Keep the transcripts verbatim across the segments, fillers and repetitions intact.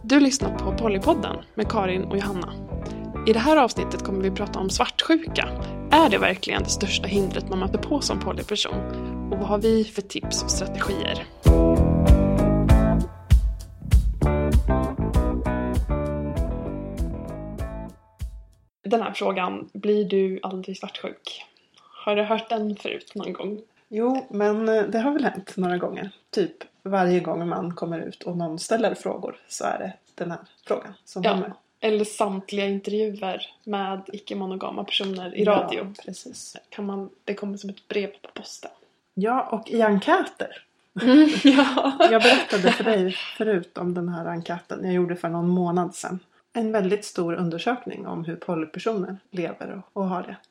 Du lyssnar på Polypodden med Karin och Johanna. I det här avsnittet kommer vi prata om svartsjuka. Är det verkligen det största hindret man möter på som polyperson? Och vad har vi för tips och strategier? Den här frågan, blir du aldrig svartsjuk? Har du hört den förut någon gång? Jo, men det har väl hänt några gånger. Typ varje gång man kommer ut och någon ställer frågor så är det den här frågan som ja, kommer. Eller samtliga intervjuer med icke-monogama personer i radio. Ja, precis. Kan man, det kommer som ett brev på posten. Ja, och i enkäter. Mm, ja. Jag berättade för dig förut om den här enkäten jag gjorde för någon månad sedan. En väldigt stor undersökning om hur polypersoner lever och, och har det.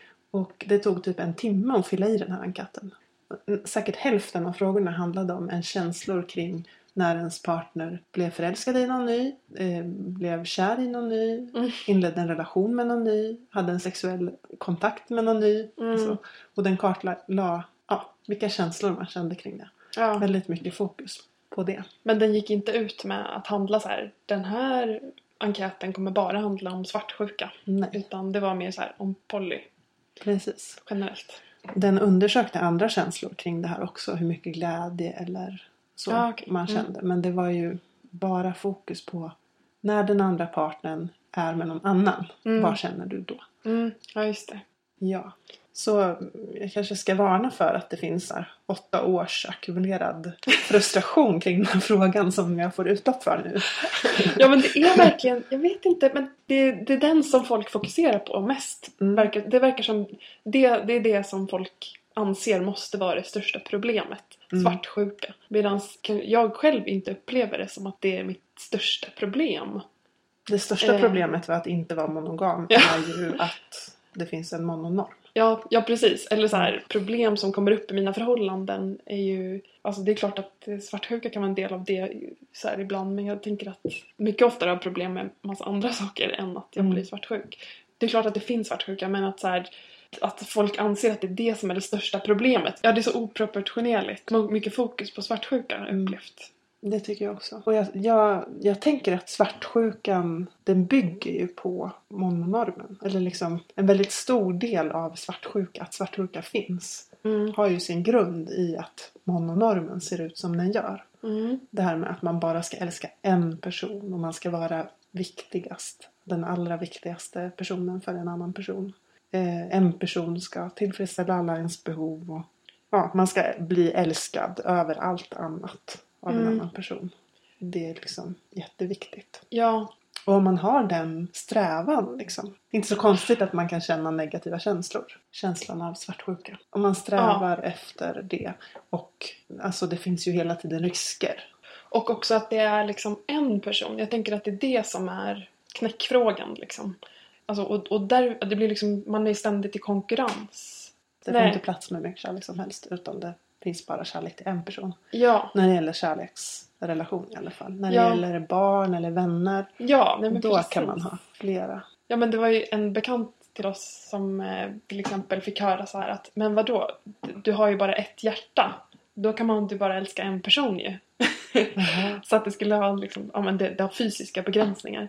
Och det tog typ en timme att fylla i den här enkäten. Säkert hälften av frågorna handlade om en känslor kring när ens partner blev förälskad i någon ny, eh, blev kär i någon ny, mm. inledde en relation med någon ny, hade en sexuell kontakt med någon ny. Mm. Alltså, och den kartlade ja, vilka känslor man kände kring det. Ja. Väldigt mycket fokus på det. Men den gick inte ut med att handla så här, den här enkäten kommer bara handla om svartsjuka. Nej. Utan det var mer så här om poly. Precis. Generellt. Den undersökte andra känslor kring det här också. Hur mycket glädje eller så ah, okay. man kände. Mm. Men det var ju bara fokus på när den andra partnern är med någon annan. Mm. Vad känner du då? Mm. Ja, just det. Ja. Så jag kanske ska varna för att det finns här åtta års ackumulerad frustration kring den här frågan som jag får utlopp för nu. Ja, men det är verkligen, jag vet inte, men det, det är den som folk fokuserar på mest. Mm. Det verkar som, det, det är det som folk anser måste vara det största problemet. Mm. Svartsjuka. Medan jag själv inte upplever det som att det är mitt största problem. Det största eh. problemet för att inte vara monogam ja. är ju att det finns en mononorm. Ja, ja, precis. Eller så här, problem som kommer upp i mina förhållanden är ju... Alltså det är klart att svartsjuka kan vara en del av det så här ibland. Men jag tänker att mycket oftare har problem med massa andra saker än att jag mm. blir svartsjuk. Det är klart att det finns svartsjuka, men att så här, att folk anser att det är det som är det största problemet. Ja, det är så oproportionerligt. Mycket fokus på svartsjuka har jag upplevt. Det tycker jag också. Och jag, jag, jag tänker att svartsjukan, den bygger ju på mononormen. Eller liksom en väldigt stor del av svartsjuka, att svartsjuka finns. Mm. Har ju sin grund i att mononormen ser ut som den gör. Mm. Det här med att man bara ska älska en person och man ska vara viktigast. Den allra viktigaste personen för en annan person. Eh, en person ska tillfredsställa alla ens behov. Och, ja, man ska bli älskad över allt annat. Av en mm. annan person. Det är liksom jätteviktigt. Ja. Och om man har den strävan liksom. Det är inte så konstigt att man kan känna negativa känslor. Känslan av svartsjuka. Om man strävar ja. efter det. Och alltså det finns ju hela tiden risker. Och också att det är liksom en person. Jag tänker att det är det som är knäckfrågan liksom. Alltså, och, och där, det blir liksom, man är ständigt i konkurrens. Det får inte plats med mycket kärlek som helst. Utan det finns bara kärlek till en person. Ja. När det gäller kärleksrelation i alla fall. När det ja. gäller barn eller vänner. Ja, nej, men då precis. kan man ha flera. Ja, men det var ju en bekant till oss som eh, till exempel fick höra så här att men vadå? Du har ju bara ett hjärta. Då kan man inte bara älska en person ju. Mm-hmm. Så att det skulle ha liksom, ja men det, det har fysiska begränsningar.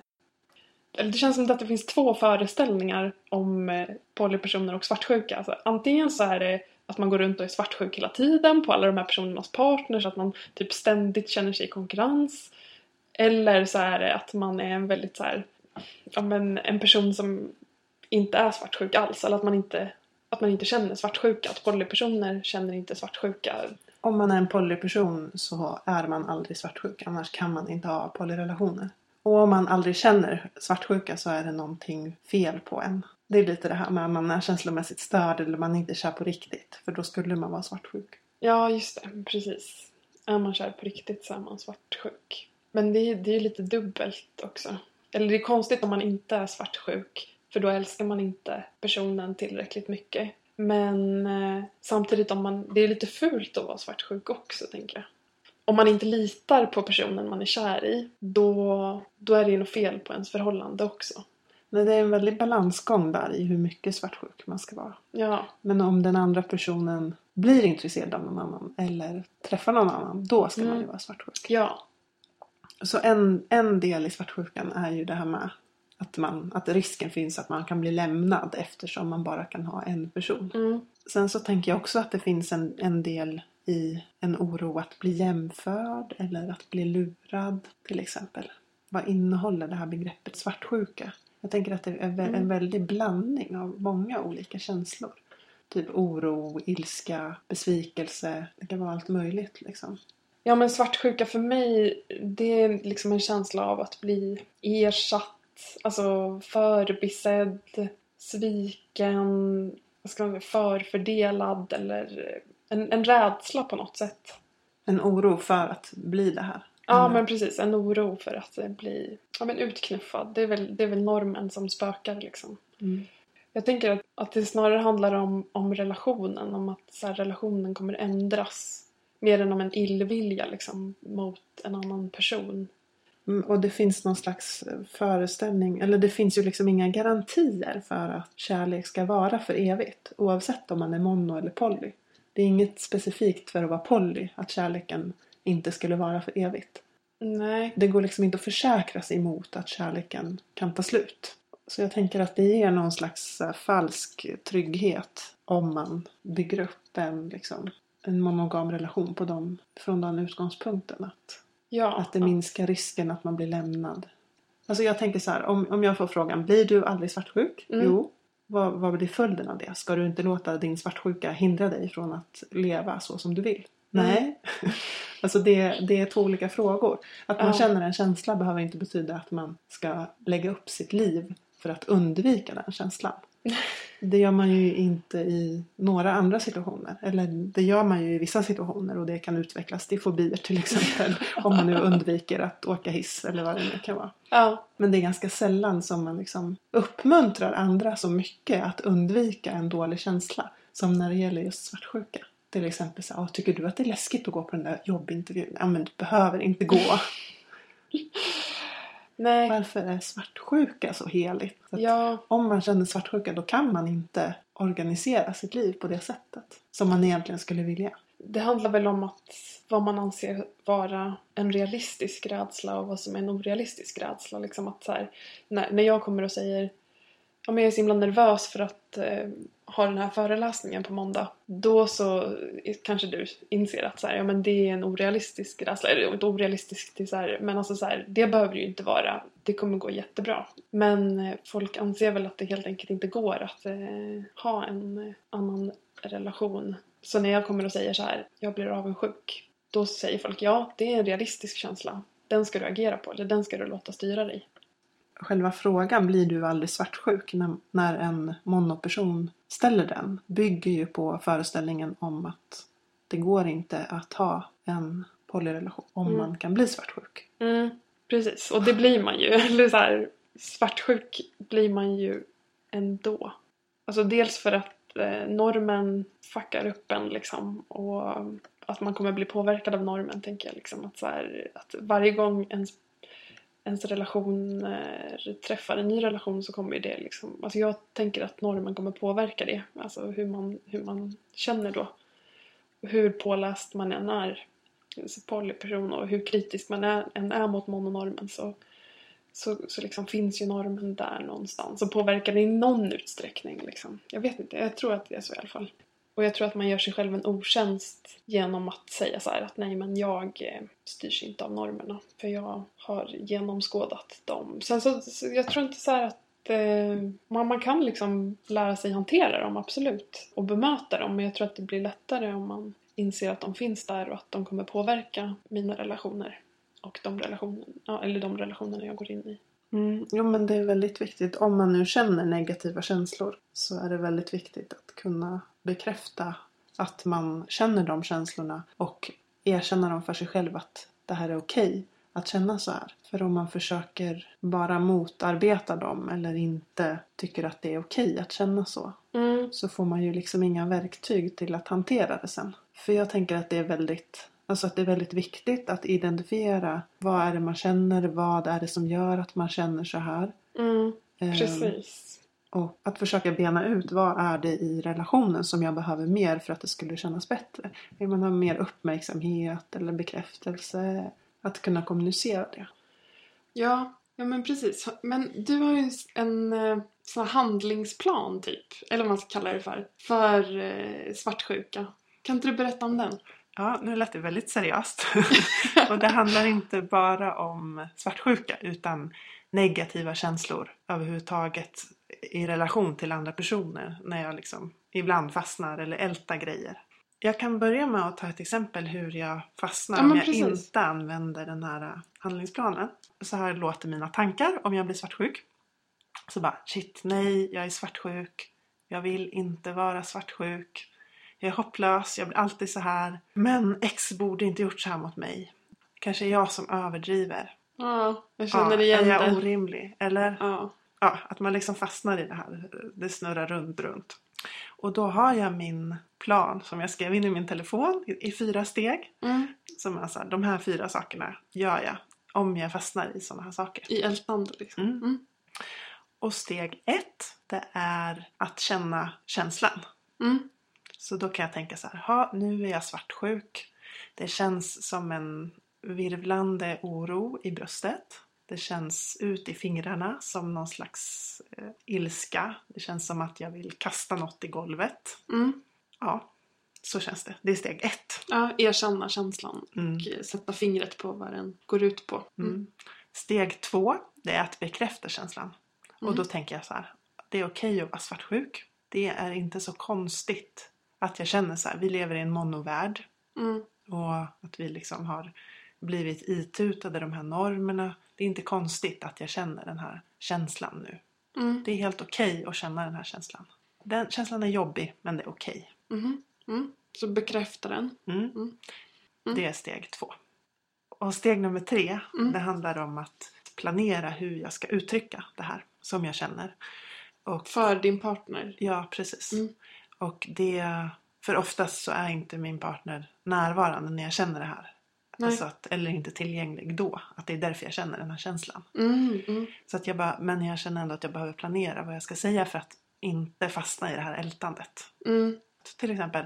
Det känns som att det finns två föreställningar om eh, polypersoner och svartsjuka. Alltså, antingen så är det att man går runt och är svartsjuk hela tiden på alla de här personernas partners. Att man typ ständigt känner sig i konkurrens. Eller så är det att man är en väldigt så här, ja, men en person som inte är svartsjuk alls. Eller att man inte, att man inte känner svartsjuka. Att polypersoner känner inte svartsjuka. Om man är en polyperson så är man aldrig svartsjuk. Annars kan man inte ha polyrelationer. Och om man aldrig känner svartsjuka så är det någonting fel på en. Det är lite det här med att man är känslomässigt störd eller man inte kär på riktigt. För då skulle man vara svartsjuk. Ja, just det. Precis. Är man kär på riktigt så är man svartsjuk. Men det är, det är lite dubbelt också. Eller det är konstigt om man inte är svartsjuk. För då älskar man inte personen tillräckligt mycket. Men eh, samtidigt om man, det är lite fult att vara svartsjuk också, tänker jag. Om man inte litar på personen man är kär i, då, då är det ju något fel på ens förhållande också. Men det är en väldigt balansgång där i hur mycket svartsjuk man ska vara. Ja. Men om den andra personen blir intresserad av någon annan eller träffar någon annan, då ska mm. man ju vara svartsjuk. Ja. Så en, en del i svartsjukan är ju det här med att, man, att risken finns att man kan bli lämnad eftersom man bara kan ha en person. Mm. Sen så tänker jag också att det finns en, en del i en oro att bli jämförd eller att bli lurad till exempel. Vad innehåller det här begreppet svartsjuka? Jag tänker att det är en Mm. väldig blandning av många olika känslor. Typ oro, ilska, besvikelse. Det kan vara allt möjligt liksom. Ja, men svartsjuka för mig, det är liksom en känsla av att bli ersatt, alltså förbisedd, sviken, vad ska man säga, förfördelad eller en, en rädsla på något sätt. En oro för att bli det här. Ja, Mm. men precis. En oro för att bli ja, men utknuffad. Det är, väl, det är väl normen som spökar liksom. Mm. Jag tänker att, att det snarare handlar om, om relationen. Om att så här, relationen kommer ändras. Mer än om en illvilja liksom, mot en annan person. Mm, och det finns någon slags föreställning. Eller det finns ju liksom inga garantier för att kärlek ska vara för evigt. Oavsett om man är mono eller poly. Det är inget specifikt för att vara poly. Att kärleken inte skulle vara för evigt. Nej. Det går liksom inte att försäkra sig emot att kärleken kan ta slut. Så jag tänker att det ger någon slags uh, falsk trygghet om man bygger upp en, liksom, en monogam relation på dem, från den utgångspunkten. Att, Ja. att det minskar risken att man blir lämnad. Alltså jag tänker så här, om, om jag får frågan, blir du aldrig svartsjuk? Mm. Jo. Vad, vad blir följden av det? Ska du inte låta din svartsjuka hindra dig från att leva så som du vill? Mm. Nej. Alltså det, det är två olika frågor. Att man Ja. känner en känsla behöver inte betyda att man ska lägga upp sitt liv för att undvika den känslan. Det gör man ju inte i några andra situationer. Eller det gör man ju i vissa situationer och det kan utvecklas till fobier till exempel. Om man nu undviker att åka hiss eller vad det nu kan vara. Ja. Men det är ganska sällan som man liksom uppmuntrar andra så mycket att undvika en dålig känsla. Som när det gäller just svartsjuka. Till exempel så, tycker du att det är läskigt att gå på den där jobbintervjun? Ja, men du behöver inte gå. Nej. Varför är svartsjuka så heligt? Så att Ja. om man känner svartsjuka då kan man inte organisera sitt liv på det sättet. Som man egentligen skulle vilja. Det handlar väl om att vad man anser vara en realistisk rädsla och vad som är en orealistisk rädsla. Liksom att så här, när, när jag kommer och säger ja, men jag är så himla nervös för att eh, ha den här föreläsningen på måndag. Då så kanske du inser att så här, ja, men det är en orealistisk rädsla. Eller inte orealistisk till så här, men alltså så här, det behöver ju inte vara. Det kommer gå jättebra. Men eh, folk anser väl att det helt enkelt inte går att eh, ha en eh, annan relation. Så när jag kommer och säger så här, jag blir avundsjuk. Då säger folk, ja det är en realistisk känsla. Den ska du agera på, eller den ska du låta styra dig. Själva frågan, blir du aldrig svartsjuk, när, när en monoperson ställer den, bygger ju på föreställningen om att det går inte att ha en polyrelation om Mm. man kan bli svartsjuk. Mm, precis, och det blir man ju. Eller så här, svartsjuk blir man ju ändå. Alltså dels för att eh, normen fuckar upp en liksom, och att man kommer bli påverkad av normen, tänker jag liksom. Att, så här, att varje gång ens ens relation eh, träffar en ny relation så kommer ju det liksom, alltså jag tänker att normen kommer påverka det, alltså hur man, hur man känner då, hur påläst man än är som polyperson och hur kritisk man är, än är mot mononormen, så, så, så liksom finns ju normen där någonstans och påverkar det i någon utsträckning liksom. Jag vet inte, jag tror att det är så i alla fall. Och jag tror att man gör sig själv en otjänst genom att säga så här att nej, men jag eh, styrs inte av normerna. För jag har genomskådat dem. Sen så, så jag tror inte så här att eh, man, man kan liksom lära sig hantera dem, absolut. Och bemöta dem. Men jag tror att det blir lättare om man inser att de finns där och att de kommer påverka mina relationer. Och de relationer, ja, eller de relationerna jag går in i. Mm, jo, men det är väldigt viktigt. Om man nu känner negativa känslor så är det väldigt viktigt att kunna bekräfta att man känner de känslorna och erkänna dem för sig själv, att det här är okej att känna så här. För om man försöker bara motarbeta dem eller inte tycker att det är okej att känna så, Mm. så får man ju liksom inga verktyg till att hantera det sen. För jag tänker att det är väldigt Alltså att det är väldigt viktigt att identifiera vad är det man känner, vad är det som gör att man känner så här. Mm. Ehm, Precis. och att försöka bena ut vad är det i relationen som jag behöver mer för att det skulle kännas bättre. Vill man ha mer uppmärksamhet eller bekräftelse? Att kunna kommunicera det. Ja, ja men precis. Men du har ju en eh, sån här handlingsplan typ, eller vad man ska kalla det för, för eh, svartsjuka. Kan inte du berätta om den? Ja, nu lät det väldigt seriöst. Och det handlar inte bara om svartsjuka utan negativa känslor överhuvudtaget i relation till andra personer. När jag liksom ibland fastnar eller ältar grejer. Jag kan börja med att ta ett exempel hur jag fastnar ja, om jag precis. inte använder den här handlingsplanen. Så här låter mina tankar om jag blir svartsjuk. Så bara, shit, nej, jag är svartsjuk. Jag vill inte vara svartsjuk. Jag är hopplös, jag blir alltid så här. Men X borde inte gjort så här mot mig. Kanske är jag som överdriver. Ja, jag känner Ja, igen det. är jag orimlig? Eller? Ja. Ja, att man liksom fastnar i det här. Det snurrar runt, runt. Och då har jag min plan som jag skrev in i min telefon i, i fyra steg. Mm. Som är så här, de här fyra sakerna gör jag om jag fastnar i sådana här saker. I ältande liksom. Mm. Mm. Och steg ett, det är att känna känslan. Mm. Så då kan jag tänka så här, ha, nu är jag svartsjuk. Det känns som en virvlande oro i bröstet. Det känns ut i fingrarna som någon slags eh, ilska. Det känns som att jag vill kasta något i golvet. Mm. Ja, så känns det. Det är steg ett. Ja, erkänna känslan Mm. och sätta fingret på vad den går ut på. Mm. Mm. Steg två, det är att bekräfta känslan. Mm. Och då tänker jag så här, det är okej att vara svartsjuk. Det är inte så konstigt att jag känner så här, vi lever i en monovärld. Mm. Och att vi liksom har blivit itutade de här normerna. Det är inte konstigt att jag känner den här känslan nu. Mm. Det är helt okej att känna den här känslan. Den känslan är jobbig, men det är okej. Mm. Mm. Så bekräfta den. Mm. Mm. Mm. Det är steg två. Och steg nummer tre, Mm. det handlar om att planera hur jag ska uttrycka det här som jag känner. Och, För din partner. ja, precis. Mm. Och det, för oftast så är inte min partner närvarande när jag känner det här. Alltså att, eller inte tillgänglig då. Att det är därför jag känner den här känslan. Mm. Mm. Så att jag bara, men jag känner ändå att jag behöver planera vad jag ska säga för att inte fastna i det här ältandet. Mm. Så till exempel,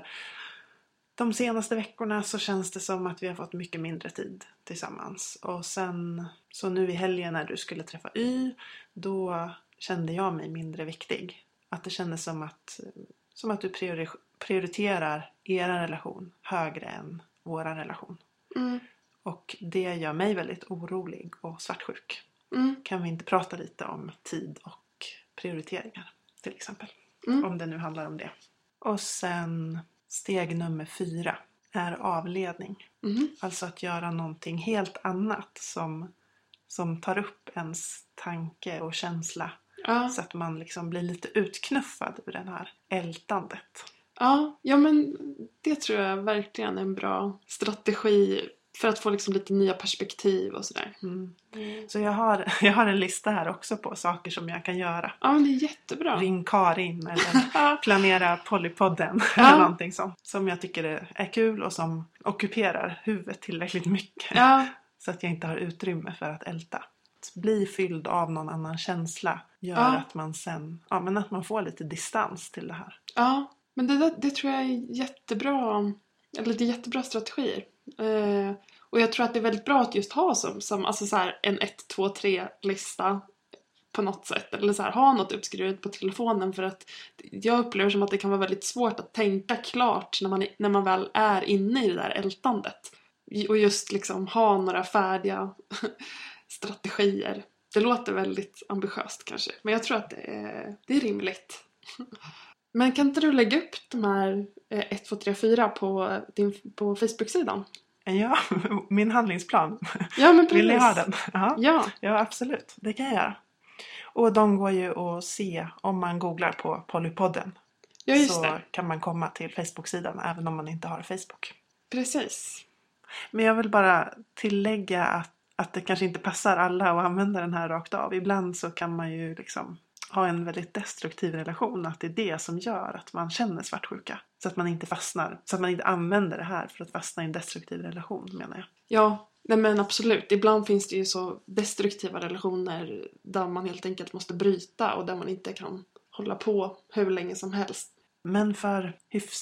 de senaste veckorna så känns det som att vi har fått mycket mindre tid tillsammans. Och sen, så nu i helgen när du skulle träffa Y, då kände jag mig mindre viktig. Att det kändes som att, som att du priori- prioriterar er relation högre än vår relation. Mm. Och det gör mig väldigt orolig och svartsjuk. Mm. Kan vi inte prata lite om tid och prioriteringar till exempel? Mm. Om det nu handlar om det. Och sen steg nummer fyra är avledning. Mm. Alltså att göra någonting helt annat som, som tar upp ens tanke och känsla. Ja. Så att man liksom blir lite utknuffad ur den här ältandet. Ja, ja, men det tror jag verkligen är en bra strategi för att få liksom lite nya perspektiv och sådär. Mm. Mm. Så jag har, jag har en lista här också på saker som jag kan göra. Ja, men det är jättebra. Ring Karin eller planera Polypodden Ja. eller någonting sånt. Som jag tycker är kul och som ockuperar huvudet tillräckligt mycket. Ja, Så att jag inte har utrymme för att älta. Att bli fylld av någon annan känsla gör Ja. att man sen, ja men att man får lite distans till det här. ja. Men det, där, det tror jag är jättebra, eller det är jättebra strategier. Eh, och jag tror att det är väldigt bra att just ha som, som alltså så här en ett, två, tre lista på något sätt. Eller så här, ha något uppskrivet på telefonen, för att jag upplever som att det kan vara väldigt svårt att tänka klart när man, när man väl är inne i det där ältandet. Och just liksom ha några färdiga strategier. Det låter väldigt ambitiöst kanske, men jag tror att det är, det är rimligt. Men kan inte du lägga upp de här ett, två, tre, fyra på, din, på Facebook-sidan? Ja, min handlingsplan. Ja, men precis. Vill ni ha den? Ja. Ja. Ja, absolut. Det kan jag göra. Och de går ju att se om man googlar på Polypodden. Ja, just så det. kan man komma till Facebook-sidan även om man inte har Facebook. Precis. Men jag vill bara tillägga att, att det kanske inte passar alla att använda den här rakt av. Ibland så kan man ju liksom ha en väldigt destruktiv relation. Att det är det som gör att man känner svartsjuka. Så att man inte fastnar. Så att man inte använder det här för att fastna i en destruktiv relation, menar jag. Ja, nej men absolut. Ibland finns det ju så destruktiva relationer där man helt enkelt måste bryta och där man inte kan hålla på hur länge som helst. Men för hyfsat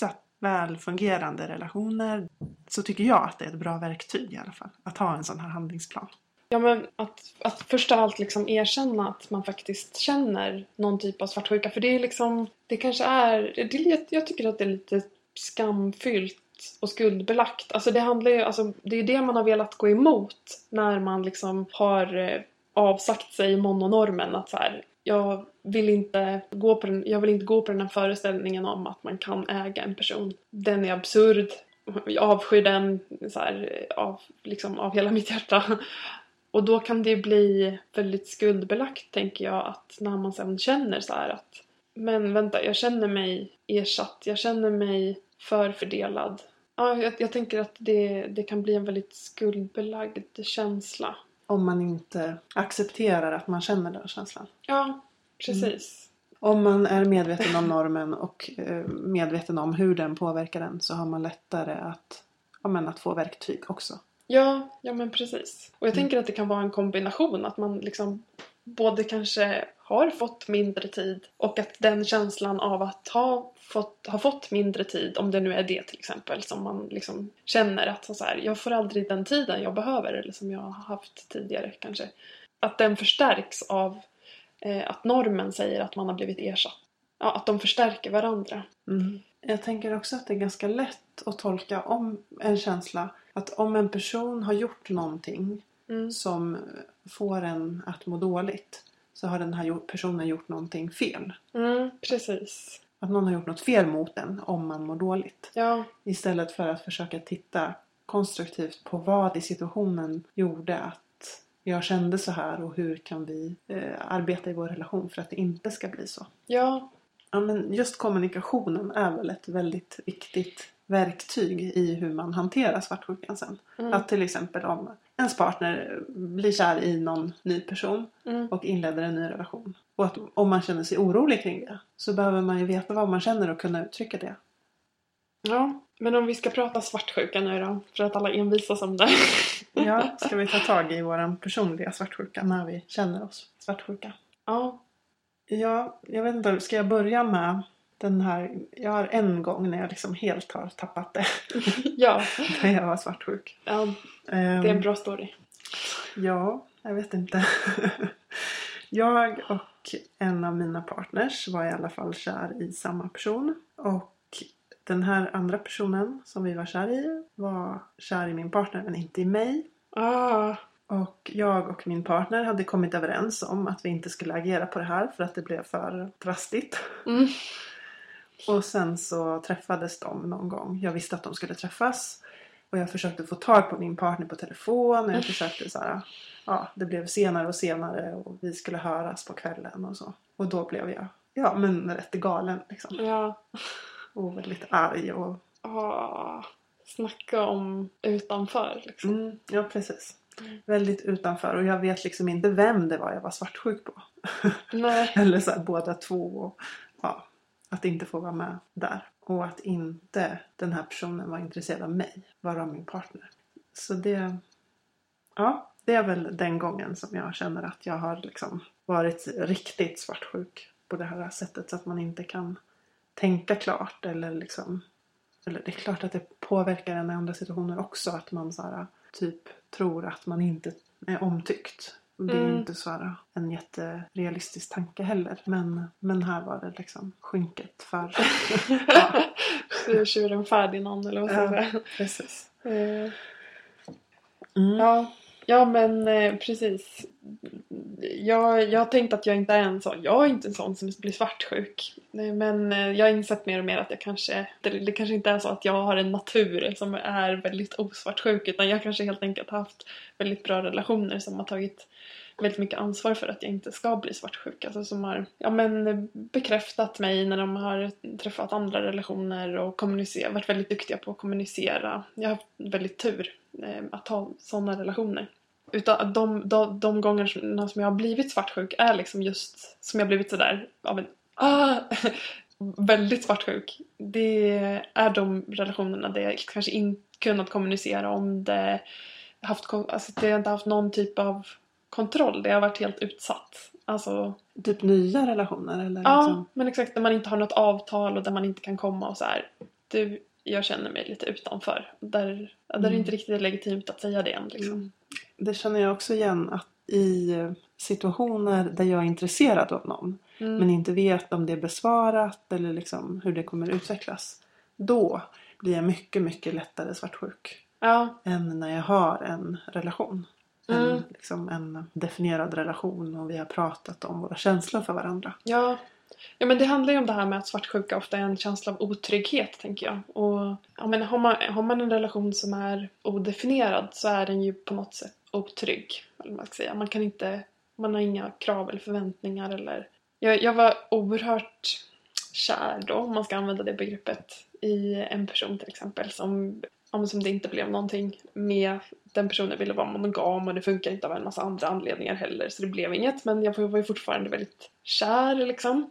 välfungerande relationer så tycker jag att det är ett bra verktyg i alla fall. Att ha en sån här handlingsplan. Ja, men att, att först av allt liksom erkänna att man faktiskt känner någon typ av svartsjuka. För det är liksom, det kanske är, det är jag tycker att det är lite skamfyllt och skuldbelagt. Alltså det handlar ju, alltså det är det man har velat gå emot när man liksom har eh, avsagt sig mononormen. Att så här, jag vill inte gå på den, jag vill inte gå på den här föreställningen om att man kan äga en person. Den är absurd. Jag avskyr den så här, av, liksom, av hela mitt hjärta. Och då kan det bli väldigt skuldbelagt, tänker jag, att när man sen känner så här att men vänta, jag känner mig ersatt, jag känner mig förfördelad. Ja, jag, jag tänker att det, det kan bli en väldigt skuldbelagd känsla. Om man inte accepterar att man känner den känslan. Ja, precis. Mm. Om man är medveten om normen och eh, medveten om hur den påverkar den så har man lättare att, ja, men att få verktyg också. Ja, ja men precis. Och jag Mm. tänker att det kan vara en kombination. Att man liksom både kanske har fått mindre tid. Och att den känslan av att ha fått, ha fått mindre tid. Om det nu är det till exempel. Som man liksom känner att så här, jag får aldrig den tiden jag behöver. Eller som jag har haft tidigare kanske. Att den förstärks av eh, att normen säger att man har blivit ersatt. Ja, att de förstärker varandra. Mm. Jag tänker också att det är ganska lätt att tolka om en känsla. Att om en person har gjort någonting mm. som får en att må dåligt. Så har den här personen gjort någonting fel. Mm, precis. Att någon har gjort något fel mot den om man mår dåligt. Ja. Istället för att försöka titta konstruktivt på vad i situationen gjorde att jag kände så här. Och hur kan vi eh, arbeta i vår relation för att det inte ska bli så. Ja. Ja, men just kommunikationen är väl ett väldigt viktigt verktyg i hur man hanterar svartsjukan sen. Mm. Att till exempel om ens partner blir kär i någon ny person mm. och inleder en ny relation. Och att om man känner sig orolig kring det så behöver man ju veta vad man känner och kunna uttrycka det. Ja, men om vi ska prata svartsjuka nu då, för att alla envisas om det. Ja, ska vi ta tag i vår personliga svartsjuka när vi känner oss svartsjuka? Ja. Ja, jag vet inte, ska jag börja med den här, jag har en gång när jag liksom helt har tappat det. Ja. När jag var svartsjuk. Ja, det är en bra story. Um, ja, jag vet inte. Jag och en av mina partners var i alla fall kär i samma person. Och den här andra personen som vi var kär i var kär i min partner men inte i mig. Ah. Och jag och min partner hade kommit överens om att vi inte skulle agera på det här för att det blev för drastiskt. Mm. Och sen så träffades de någon gång. Jag visste att de skulle träffas. Och jag försökte få tag på min partner på telefon. Och jag försökte så här, ja, det blev senare och senare. Och vi skulle höras på kvällen och så. Och då blev jag, ja, men rätt galen liksom. Ja. Och väldigt arg och... Ah, snacka om utanför liksom. Mm, ja, precis. Mm. Väldigt utanför. Och jag vet liksom inte vem det var jag var svartsjuk på. Nej. Eller så här, båda två. Och, ja, att inte få vara med där. Och att inte den här personen var intresserad av mig. Vara min partner. Så det... Ja, det är väl den gången som jag känner att jag har liksom varit riktigt svartsjuk på det här sättet. Så att man inte kan tänka klart. Eller liksom... Eller det är klart att det påverkar en i andra situationer också. Att man så här, typ tror att man inte är omtyckt. Det är mm. inte så här en jätterealistisk tanke heller. Men, men här var det liksom skynket för... Ja. Så tjuren färdig någon eller vad ska jag säga. Ja, precis. Mm. Ja. Ja, men eh, precis. Jag, jag har tänkt att jag inte är en sån. Jag är inte en sån som blir svartsjuk. Men eh, jag har insett mer och mer att jag kanske... Det, det kanske inte är så att jag har en natur som är väldigt osvartsjuk. Utan jag kanske helt enkelt har haft väldigt bra relationer som har tagit väldigt mycket ansvar för att jag inte ska bli svartsjuk. Alltså som har ja, men, bekräftat mig när de har träffat andra relationer och kommunicerat. Varit väldigt duktiga på att kommunicera. Jag har haft väldigt tur eh, att ha sådana relationer. Utan de, de, de gångerna som jag har blivit svartsjuk är liksom just som jag har blivit sådär av en ah, väldigt svartsjuk. Det är de relationerna där jag kanske inte kunnat kommunicera om det. Haft, alltså det har inte haft någon typ av kontroll. Det har varit helt utsatt. Alltså, typ nya relationer? Eller ja, liksom... men exakt. Där man inte har något avtal och där man inte kan komma och så här. Du, jag känner mig lite utanför. Där, mm. där är det inte riktigt legitimt att säga det än. Liksom. Mm. Det känner jag också igen, att i situationer där jag är intresserad av någon mm. men inte vet om det är besvarat eller liksom hur det kommer utvecklas, då blir jag mycket, mycket lättare svartsjuk ja. än när jag har en relation. Mm. En, liksom en definierad relation och vi har pratat om våra känslor för varandra. Ja. Ja, men det handlar ju om det här med att svartsjuka ofta är en känsla av otrygghet, tänker jag. Och ja, men har, man, har man en relation som är odefinierad så är den ju på något sätt otrygg. Eller man ska säga. Man kan inte, man har inga krav eller förväntningar. Eller... Jag, jag var oerhört kär då, om man ska använda det begreppet, i en person till exempel som, ja, som det inte blev någonting med. Den personen ville vara monogam och det funkar inte av en massa andra anledningar heller, så det blev inget. Men jag var ju fortfarande väldigt kär liksom.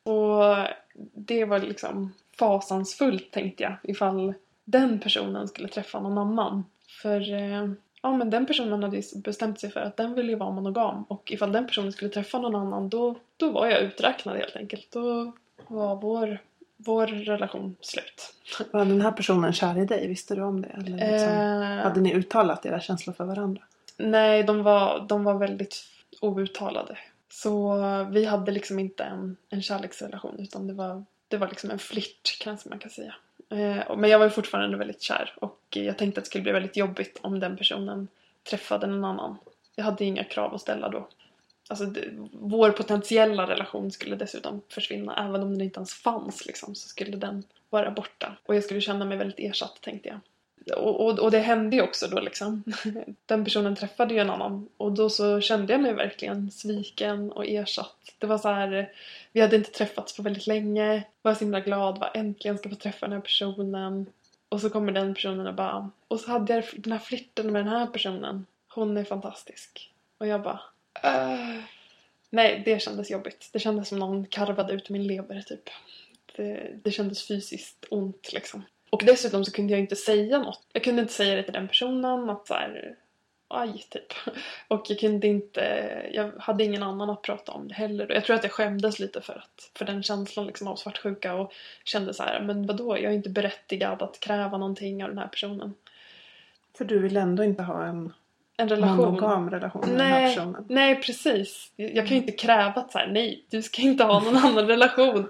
Och det var liksom fasansfullt, tänkte jag, ifall den personen skulle träffa någon annan. För ja, men den personen hade bestämt sig för att den ville vara monogam. Och ifall den personen skulle träffa någon annan, då, då var jag uträknad helt enkelt. Då var vår, vår relation slut. Var den här personen kär i dig? Visste du om det? Eller liksom, eh, hade ni uttalat era känslor för varandra? Nej, de var, de var väldigt outtalade. Så vi hade liksom inte en, en kärleksrelation, utan det var, det var liksom en flirt, kanske man kan säga. Eh, men jag var ju fortfarande väldigt kär och jag tänkte att det skulle bli väldigt jobbigt om den personen träffade någon annan. Jag hade inga krav att ställa då. Alltså det, vår potentiella relation skulle dessutom försvinna, även om den inte ens fanns liksom, så skulle den vara borta. Och jag skulle känna mig väldigt ersatt, tänkte jag. Och, och, och det hände ju också då liksom. Den personen träffade ju en annan. Och då så kände jag mig verkligen sviken och ersatt. Det var så här, vi hade inte träffats på väldigt länge. Var så himla glad, var äntligen ska få träffa den här personen. Och så kommer den personen och bara, och så hade jag den här flirten med den här personen. Hon är fantastisk. Och jag bara, uh, nej, det kändes jobbigt. Det kändes som någon karvade ut min lever typ. Det, det kändes fysiskt ont liksom. Och dessutom så kunde jag inte säga något. Jag kunde inte säga det till den personen. Att så här, aj typ. Och jag kunde inte, jag hade ingen annan att prata om det heller. Och jag tror att jag skämdes lite för att, för den känslan liksom av svartsjuka. Och kände så här, men vadå? Jag är inte berättigad att kräva någonting av den här personen. För du vill ändå inte ha en, en relation. monogam relation med nej, den här personen. Nej, precis. Jag kan ju inte kräva att så här, nej, du ska inte ha någon annan relation.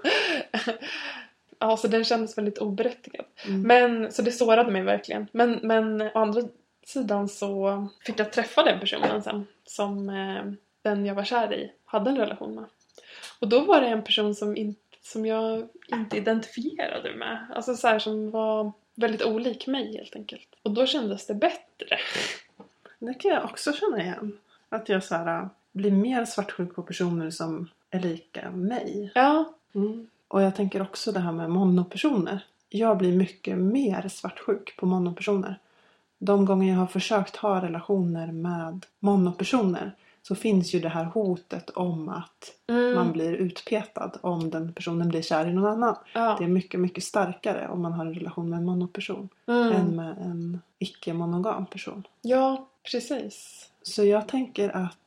Ja, så den kändes väldigt oberättigad. Mm. Men, så det sårade mig verkligen. Men, men å andra sidan så fick jag träffa den personen sen. Som eh, den jag var kär i hade en relation med. Och då var det en person som, in, som jag inte identifierade med. Alltså så här, som var väldigt olik mig helt enkelt. Och då kändes det bättre. Det kan jag också känna igen. Att jag så här, blir mer svartsjuk på personer som är lika mig. Ja. Mm. Och jag tänker också det här med monopersoner. Jag blir mycket mer svartsjuk på monopersoner. De gånger jag har försökt ha relationer med monopersoner så finns ju det här hotet om att mm. man blir utpetad om den personen blir kär i någon annan. Ja. Det är mycket, mycket starkare om man har en relation med en monoperson mm. än med en icke-monogam person. Ja, precis. Så jag tänker att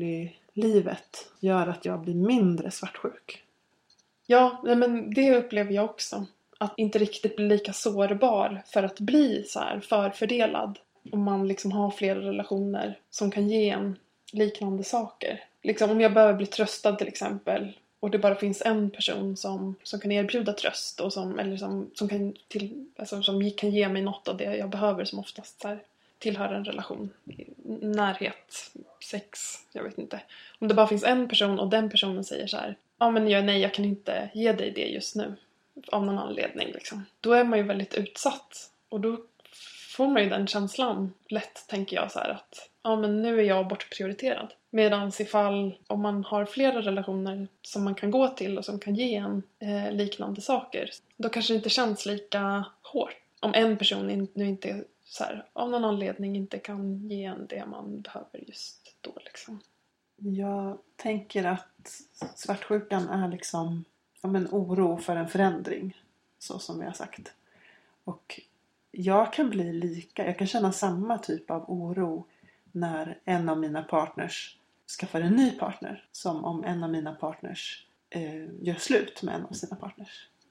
polylivet gör att jag blir mindre svartsjuk. Ja, men det upplever jag också. Att inte riktigt bli lika sårbar för att bli så här förfördelad. Om man liksom har flera relationer som kan ge en liknande saker. Liksom om jag behöver bli tröstad till exempel. Och det bara finns en person som, som kan erbjuda tröst. Och som, eller som, som, kan till, alltså, som kan ge mig något av det jag behöver, som oftast så här, tillhör en relation. Närhet, sex, jag vet inte. Om det bara finns en person och den personen säger så här: ja men jag, nej jag kan inte ge dig det just nu. Av någon anledning liksom. Då är man ju väldigt utsatt. Och då får man ju den känslan lätt, tänker jag så här, att ja men nu är jag bortprioriterad. Medan ifall om man har flera relationer som man kan gå till och som kan ge en eh, liknande saker, då kanske det inte känns lika hårt. Om en person in, nu inte så här, av någon anledning inte kan ge en det man behöver just då liksom. Jag tänker att svartsjukan är liksom som en oro för en förändring, så som jag har sagt. Och jag kan bli lika, jag kan känna samma typ av oro när en av mina partners skaffar en ny partner, som om en av mina partners eh, gör slut med en av sina partners.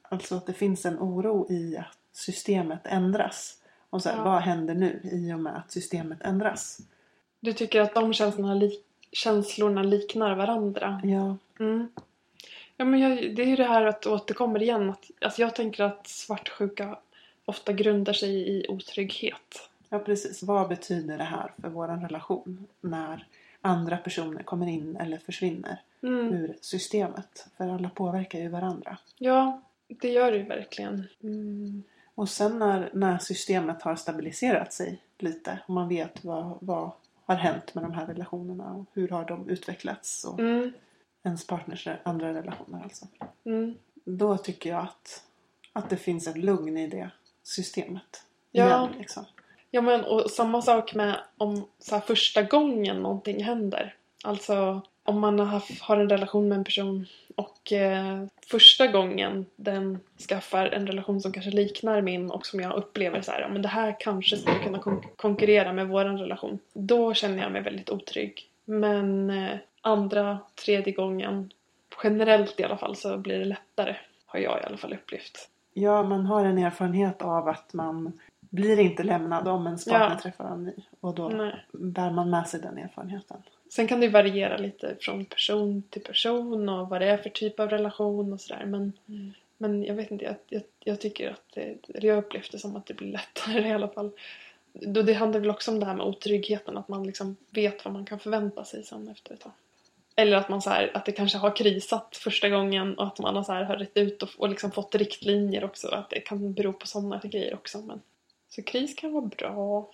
Alltså att det finns en oro i att systemet ändras. Och så här, Ja. vad händer nu i och med att systemet ändras? Du tycker att de känslorna, li- känslorna liknar varandra? Ja. Mm. Ja, men jag, det är ju det här att återkommer igen. Att, alltså jag tänker att svartsjuka ofta grundar sig i otrygghet. Ja, precis. Vad betyder det här för vår relation när andra personer kommer in eller försvinner Mm. ur systemet? För alla påverkar ju varandra. Ja, det gör det ju verkligen. Mm. Och sen när, när systemet har stabiliserat sig lite och man vet vad, vad har hänt med de här relationerna och hur har de utvecklats och Mm. ens partners andra relationer alltså. Mm. Då tycker jag att, att det finns ett lugn i det systemet. Ja. Igen, liksom. Ja, men och samma sak med om så här, första gången någonting händer. Alltså om man har, haft, har en relation med en person och eh, första gången den skaffar en relation som kanske liknar min och som jag upplever så här, ja, men det här kanske skulle kunna kon- konkurrera med våran relation. Då känner jag mig väldigt otrygg. Men eh, andra, tredje gången, generellt i alla fall, så blir det lättare. Har jag i alla fall upplevt. Ja, man har en erfarenhet av att man blir inte lämnad om ens partner Ja. träffar en ny. Och då Nej. bär man med sig den erfarenheten. Sen kan det variera lite från person till person och vad det är för typ av relation och sådär. Men, Mm. men jag vet inte, jag, jag, jag tycker att det, jag upplevde det som att det blir lättare i alla fall. Då det handlar väl också om det här med otryggheten, att man liksom vet vad man kan förvänta sig sen efter ett tag. Eller att man så här, att det kanske har krisat första gången och att man har så här har rätt ut och, och liksom fått riktlinjer också. Att det kan bero på sådana grejer också. Men, så kris kan vara bra.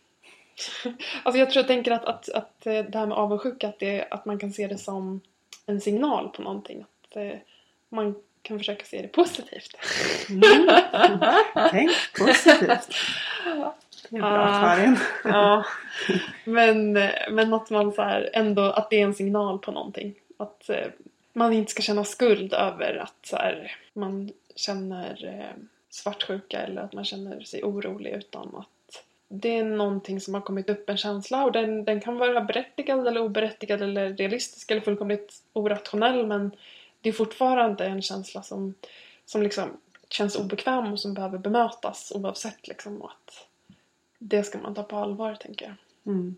Alltså jag tror jag tänker att, att, att det här med avundsjuka, att, det, att man kan se det som en signal på någonting. Att eh, man kan försöka se det positivt. Mm. Tänk positivt. Det är bra, Ah. Karin. Ja, men, men att man så här, ändå, att det är en signal på någonting. Att eh, man inte ska känna skuld över att så här, man känner eh, svartsjuka eller att man känner sig orolig, utan att det är någonting som har kommit upp, en känsla, och den, den kan vara berättigad eller oberättigad eller realistisk eller fullkomligt orationell, men det är fortfarande en känsla som, som liksom känns obekväm och som behöver bemötas oavsett liksom, och att det ska man ta på allvar, tänker jag. Mm.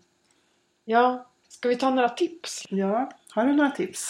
Ja, ska vi ta några tips? Ja, har du några tips?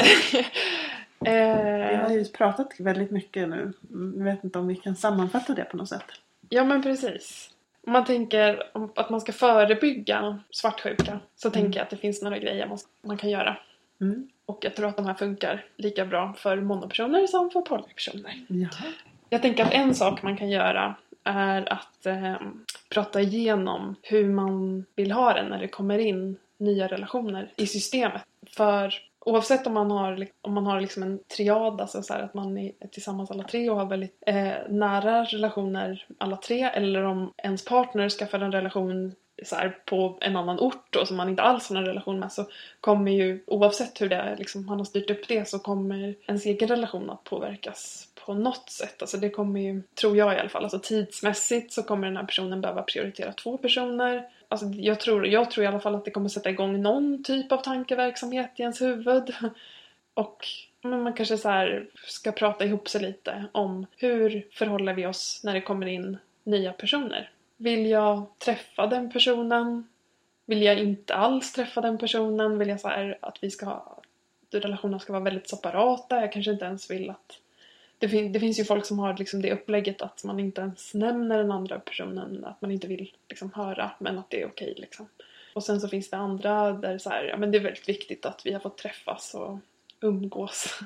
Vi har eh, ju pratat väldigt mycket nu. Jag vet inte om vi kan sammanfatta det på något sätt. ja, men precis. Om man tänker om att man ska förebygga svartsjuka, så Mm. tänker jag att det finns några grejer man, man kan göra. Mm. Och jag tror att de här funkar lika bra för monopersoner som för polypersoner. Ja. Jag tänker att en sak man kan göra är att eh, prata igenom hur man vill ha det när det kommer in nya relationer i systemet. För oavsett om man har, om man har liksom en triad, alltså så här att man är tillsammans alla tre och har väldigt eh, nära relationer alla tre, eller om ens partner skaffar en relation så här, på en annan ort och som man inte alls har en relation med, så kommer ju, oavsett hur det liksom, man har styrt upp det, så kommer ens egen relation att påverkas på något sätt. Alltså det kommer ju, tror jag i alla fall, alltså tidsmässigt så kommer den här personen behöva prioritera två personer. Alltså jag tror, jag tror i alla fall att det kommer sätta igång någon typ av tankeverksamhet i ens huvud. Och men man kanske så här ska prata ihop sig lite om hur förhåller vi oss när det kommer in nya personer. Vill jag träffa den personen? Vill jag inte alls träffa den personen? Vill jag så här att vi ska ha, att relationerna ska vara väldigt separata? Jag kanske inte ens vill att Det, fin- det finns ju folk som har liksom det upplägget att man inte ens nämner den andra personen, att man inte vill liksom höra, men att det är okej liksom. Och sen så finns det andra där så här, ja, men det är väldigt viktigt att vi har fått träffas och umgås.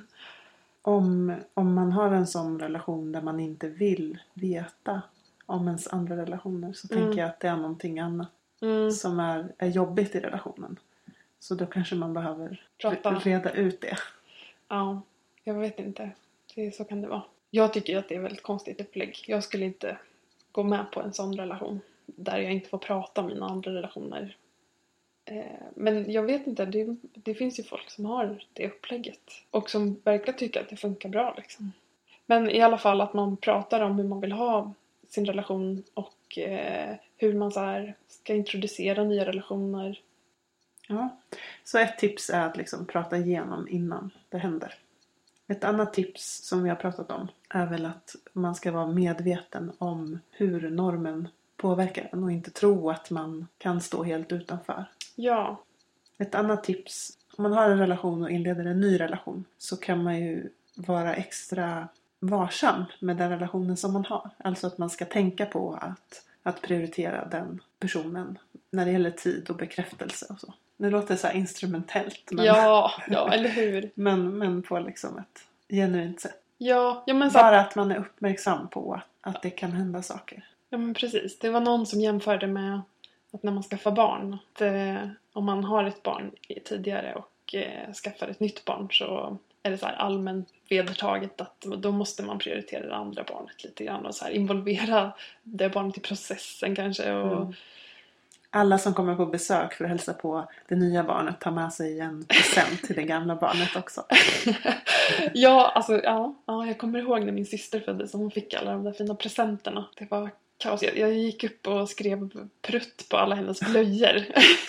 Om, om man har en sån relation där man inte vill veta om ens andra relationer, så Mm. tänker jag att det är någonting annat Mm, som är, är jobbigt i relationen. Så då kanske man behöver Prata. re- reda ut det. ja, jag vet inte. Det, så kan det vara. Jag tycker att det är ett väldigt konstigt upplägg. Jag skulle inte gå med på en sån relation där jag inte får prata om mina andra relationer. Eh, men jag vet inte, det, det finns ju folk som har det upplägget och som verkar tycka att det funkar bra liksom. Men i alla fall att man pratar om hur man vill ha sin relation och eh, hur man så här ska introducera nya relationer. Ja. Så ett tips är att liksom prata igenom innan det händer. Ett annat tips som vi har pratat om är väl att man ska vara medveten om hur normen påverkar en och inte tro att man kan stå helt utanför. Ja. Ett annat tips, om man har en relation och inleder en ny relation så kan man ju vara extra varsam med den relationen som man har. Alltså att man ska tänka på att, att prioritera den personen när det gäller tid och bekräftelse och så. Nu låter det så här instrumentellt. Men, ja, ja, eller hur? men, men på liksom ett genuint sätt. Ja, ja men så bara att man är uppmärksam på att, att det kan hända saker. Ja men precis. Det var någon som jämförde med att när man skaffar barn. Att eh, om man har ett barn tidigare och eh, skaffar ett nytt barn så är det så här allmänt vedertaget att då måste man prioritera det andra barnet lite grann. Och så här involvera det barnet i processen kanske. Och... Mm. Alla som kommer på besök för att hälsa på det nya barnet tar med sig en present till det gamla barnet också. ja, alltså ja, ja, jag kommer ihåg när min syster föddes och hon fick alla de där fina presenterna. Det var kaos. Jag, jag gick upp och skrev prutt på alla hennes blöjor.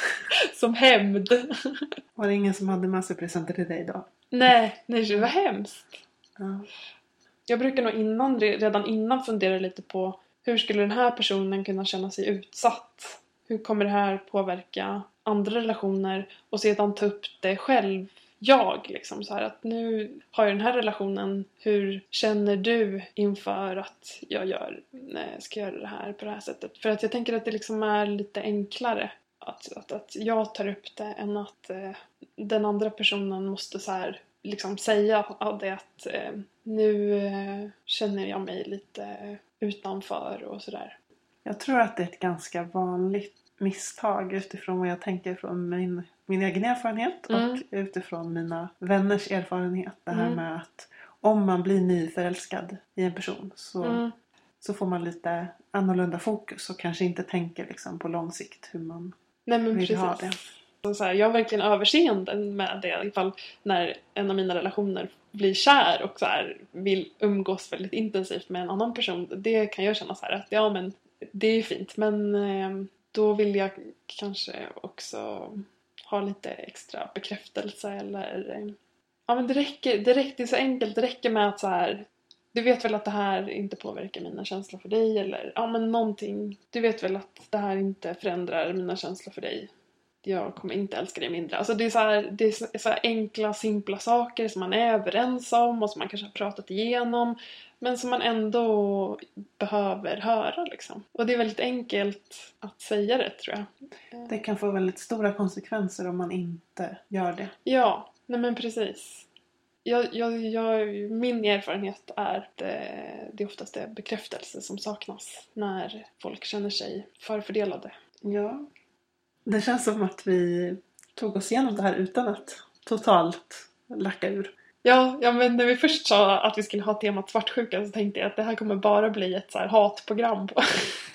Som hämnd. Var det ingen som hade massa presenter till dig då? Nej, nej det var hemskt. Ja. Jag brukar nog innan, redan innan fundera lite på hur skulle den här personen kunna känna sig utsatt? Hur kommer det här påverka andra relationer? Och sedan ta upp det själv. Jag liksom så här att nu har jag den här relationen. Hur känner du inför att jag gör, nej, ska göra det här på det här sättet? För att jag tänker att det liksom är lite enklare. Att, att, att jag tar upp det än att eh, den andra personen måste så här liksom säga av det att eh, nu eh, känner jag mig lite utanför och sådär. Jag tror att det är ett ganska vanligt misstag utifrån vad jag tänker från min, min egen erfarenhet mm. och utifrån mina vänners erfarenhet. Det här mm. med att om man blir nyförälskad i en person så, mm. så får man lite annorlunda fokus och kanske inte tänker liksom på lång sikt hur man Nej, men vill precis. ha det. Så här, jag har verkligen överseende med det ifall när en av mina relationer blir kär och så här, vill umgås väldigt intensivt med en annan person. Det kan jag känna så här att ja men det är fint men eh, då vill jag kanske också ha lite extra bekräftelse eller eh, ja men det räcker, det räcker det är så enkelt, det räcker med att så här du vet väl att det här inte påverkar mina känslor för dig eller ja men någonting, du vet väl att det här inte förändrar mina känslor för dig. Jag kommer inte älska dig mindre. Alltså det är så här, det är så här enkla, simpla saker som man är överens om och som man kanske har pratat igenom. Men som man ändå behöver höra liksom. Och det är väldigt enkelt att säga det tror jag. Det kan få väldigt stora konsekvenser om man inte gör det. Ja, nej men precis. Jag, jag, jag, min erfarenhet är att det, det är oftast det bekräftelse som saknas när folk känner sig förfördelade. Ja. Det känns som att vi tog oss igenom det här utan att totalt lacka ur. Ja, ja, men när vi först sa att vi skulle ha temat svartsjuka så tänkte jag att det här kommer bara bli ett så här hatprogram på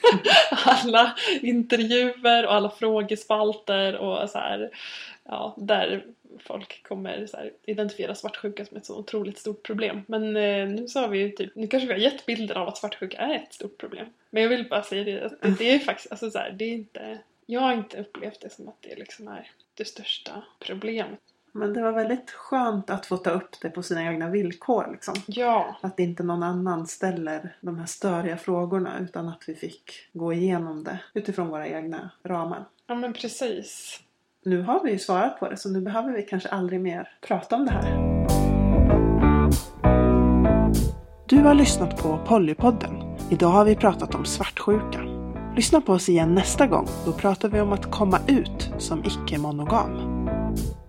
alla intervjuer och alla frågespalter och så här, ja, där folk kommer så här, identifiera svartsjuka som ett så otroligt stort problem. Men eh, nu så har vi ju typ, nu kanske vi har gett bilden av att svartsjuka är ett stort problem. Men jag vill bara säga det, att det, det är faktiskt, alltså så här, det är inte, jag har inte upplevt det som att det liksom är det största problemet. Men det var väldigt skönt att få ta upp det på sina egna villkor liksom. Ja. Att inte någon annan ställer de här störiga frågorna utan att vi fick gå igenom det utifrån våra egna ramar. Ja men precis. Nu har vi ju svarat på det så nu behöver vi kanske aldrig mer prata om det här. Du har lyssnat på Pollypodden. Idag har vi pratat om svartsjuka. Lyssna på oss igen nästa gång. Då pratar vi om att komma ut som icke-monogam.